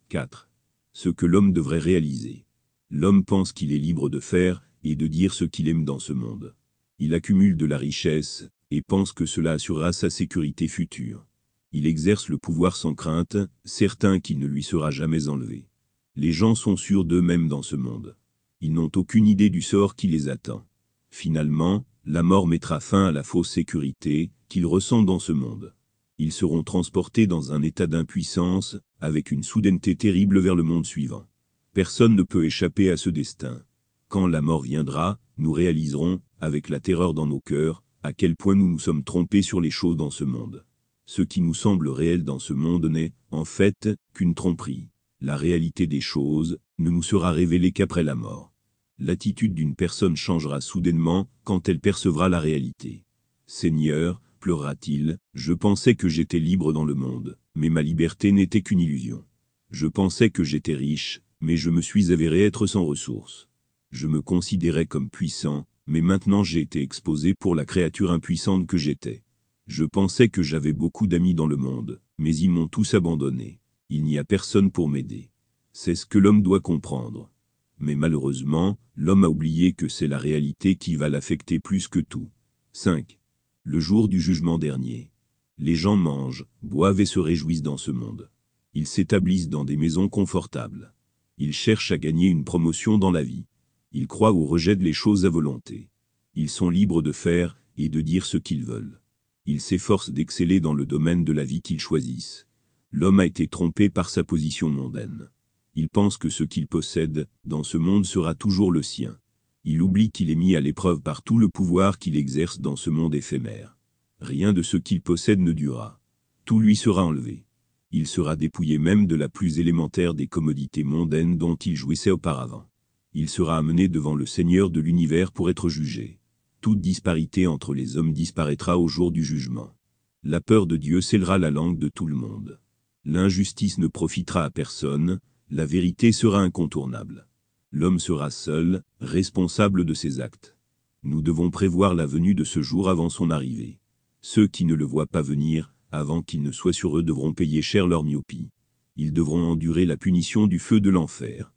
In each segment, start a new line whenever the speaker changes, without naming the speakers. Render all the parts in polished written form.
4. Ce que l'homme devrait réaliser. L'homme pense qu'il est libre de faire et de dire ce qu'il aime dans ce monde. Il accumule de la richesse et pense que cela assurera sa sécurité future. Il exerce le pouvoir sans crainte, certain qu'il ne lui sera jamais enlevé. Les gens sont sûrs d'eux-mêmes dans ce monde. Ils n'ont aucune idée du sort qui les attend. Finalement, la mort mettra fin à la fausse sécurité qu'ils ressentent dans ce monde. Ils seront transportés dans un état d'impuissance, avec une soudaineté terrible vers le monde suivant. Personne ne peut échapper à ce destin. Quand la mort viendra, nous réaliserons, avec la terreur dans nos cœurs, à quel point nous nous sommes trompés sur les choses dans ce monde. Ce qui nous semble réel dans ce monde n'est, en fait, qu'une tromperie. La réalité des choses ne nous sera révélée qu'après la mort. L'attitude d'une personne changera soudainement quand elle percevra la réalité. « Seigneur, pleurera-t-il, je pensais que j'étais libre dans le monde, mais ma liberté n'était qu'une illusion. Je pensais que j'étais riche, mais je me suis avéré être sans ressources. Je me considérais comme puissant, mais maintenant j'ai été exposé pour la créature impuissante que j'étais. Je pensais que j'avais beaucoup d'amis dans le monde, mais ils m'ont tous abandonné. Il n'y a personne pour m'aider. C'est ce que l'homme doit comprendre. Mais malheureusement, l'homme a oublié que c'est la réalité qui va l'affecter plus que tout. 5. Le jour du jugement dernier. Les gens mangent, boivent et se réjouissent dans ce monde. Ils s'établissent dans des maisons confortables. Ils cherchent à gagner une promotion dans la vie. Ils croient ou rejettent les choses à volonté. Ils sont libres de faire et de dire ce qu'ils veulent. Ils s'efforcent d'exceller dans le domaine de la vie qu'ils choisissent. L'homme a été trompé par sa position mondaine. Il pense que ce qu'il possède dans ce monde sera toujours le sien. Il oublie qu'il est mis à l'épreuve par tout le pouvoir qu'il exerce dans ce monde éphémère. Rien de ce qu'il possède ne durera. Tout lui sera enlevé. Il sera dépouillé même de la plus élémentaire des commodités mondaines dont il jouissait auparavant. Il sera amené devant le Seigneur de l'univers pour être jugé. Toute disparité entre les hommes disparaîtra au jour du jugement. La peur de Dieu scellera la langue de tout le monde. L'injustice ne profitera à personne, la vérité sera incontournable. L'homme sera seul, responsable de ses actes. Nous devons prévoir la venue de ce jour avant son arrivée. Ceux qui ne le voient pas venir, avant qu'il ne soit sur eux, devront payer cher leur myopie. Ils devront endurer la punition du feu de l'enfer.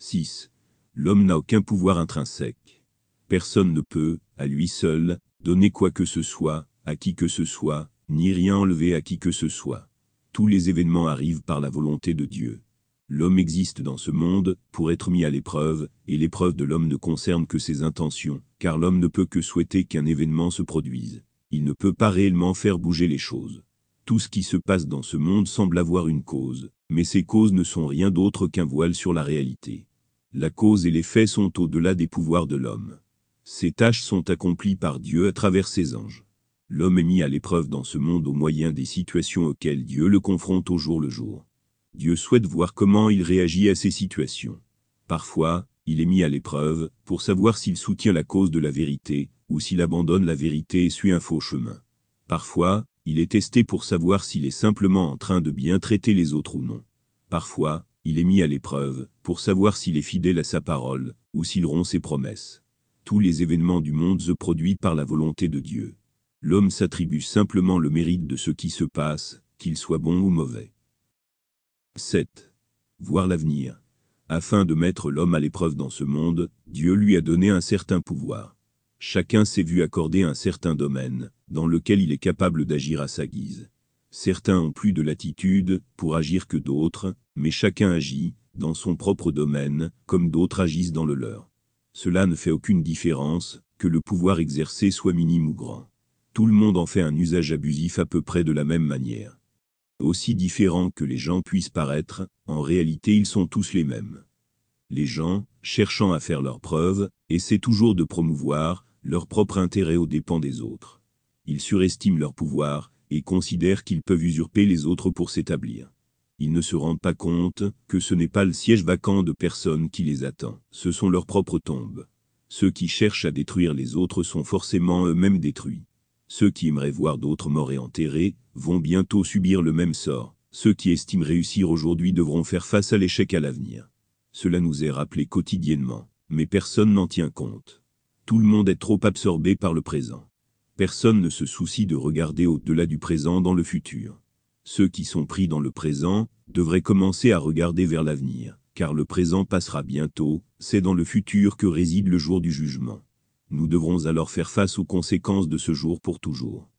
6. L'homme n'a aucun pouvoir intrinsèque. Personne ne peut, à lui seul, donner quoi que ce soit, à qui que ce soit, ni rien enlever à qui que ce soit. Tous les événements arrivent par la volonté de Dieu. L'homme existe dans ce monde pour être mis à l'épreuve, et l'épreuve de l'homme ne concerne que ses intentions, car l'homme ne peut que souhaiter qu'un événement se produise. Il ne peut pas réellement faire bouger les choses. Tout ce qui se passe dans ce monde semble avoir une cause, mais ces causes ne sont rien d'autre qu'un voile sur la réalité. La cause et les faits sont au-delà des pouvoirs de l'homme. Ces tâches sont accomplies par Dieu à travers ses anges. L'homme est mis à l'épreuve dans ce monde au moyen des situations auxquelles Dieu le confronte au jour le jour. Dieu souhaite voir comment il réagit à ces situations. Parfois, il est mis à l'épreuve pour savoir s'il soutient la cause de la vérité ou s'il abandonne la vérité et suit un faux chemin. Parfois, il est testé pour savoir s'il est simplement en train de bien traiter les autres ou non. Parfois, il est mis à l'épreuve pour savoir s'il est fidèle à sa parole ou s'il rompt ses promesses. Tous les événements du monde se produisent par la volonté de Dieu. L'homme s'attribue simplement le mérite de ce qui se passe, qu'il soit bon ou mauvais. 7. Voir l'avenir. Afin de mettre l'homme à l'épreuve dans ce monde, Dieu lui a donné un certain pouvoir. Chacun s'est vu accorder un certain domaine, dans lequel il est capable d'agir à sa guise. Certains ont plus de latitude pour agir que d'autres, mais chacun agit, dans son propre domaine, comme d'autres agissent dans le leur. Cela ne fait aucune différence, que le pouvoir exercé soit minime ou grand. Tout le monde en fait un usage abusif à peu près de la même manière. Aussi différents que les gens puissent paraître, en réalité ils sont tous les mêmes. Les gens, cherchant à faire leurs preuves, essaient toujours de promouvoir leur propre intérêt aux dépens des autres. Ils surestiment leur pouvoir et considèrent qu'ils peuvent usurper les autres pour s'établir. Ils ne se rendent pas compte que ce n'est pas le siège vacant de personne qui les attend, ce sont leurs propres tombes. Ceux qui cherchent à détruire les autres sont forcément eux-mêmes détruits. Ceux qui aimeraient voir d'autres morts et enterrés vont bientôt subir le même sort. Ceux qui estiment réussir aujourd'hui devront faire face à l'échec à l'avenir. Cela nous est rappelé quotidiennement, mais personne n'en tient compte. Tout le monde est trop absorbé par le présent. Personne ne se soucie de regarder au-delà du présent dans le futur. Ceux qui sont pris dans le présent devraient commencer à regarder vers l'avenir, car le présent passera bientôt, c'est dans le futur que réside le jour du jugement. Nous devrons alors faire face aux conséquences de ce jour pour toujours.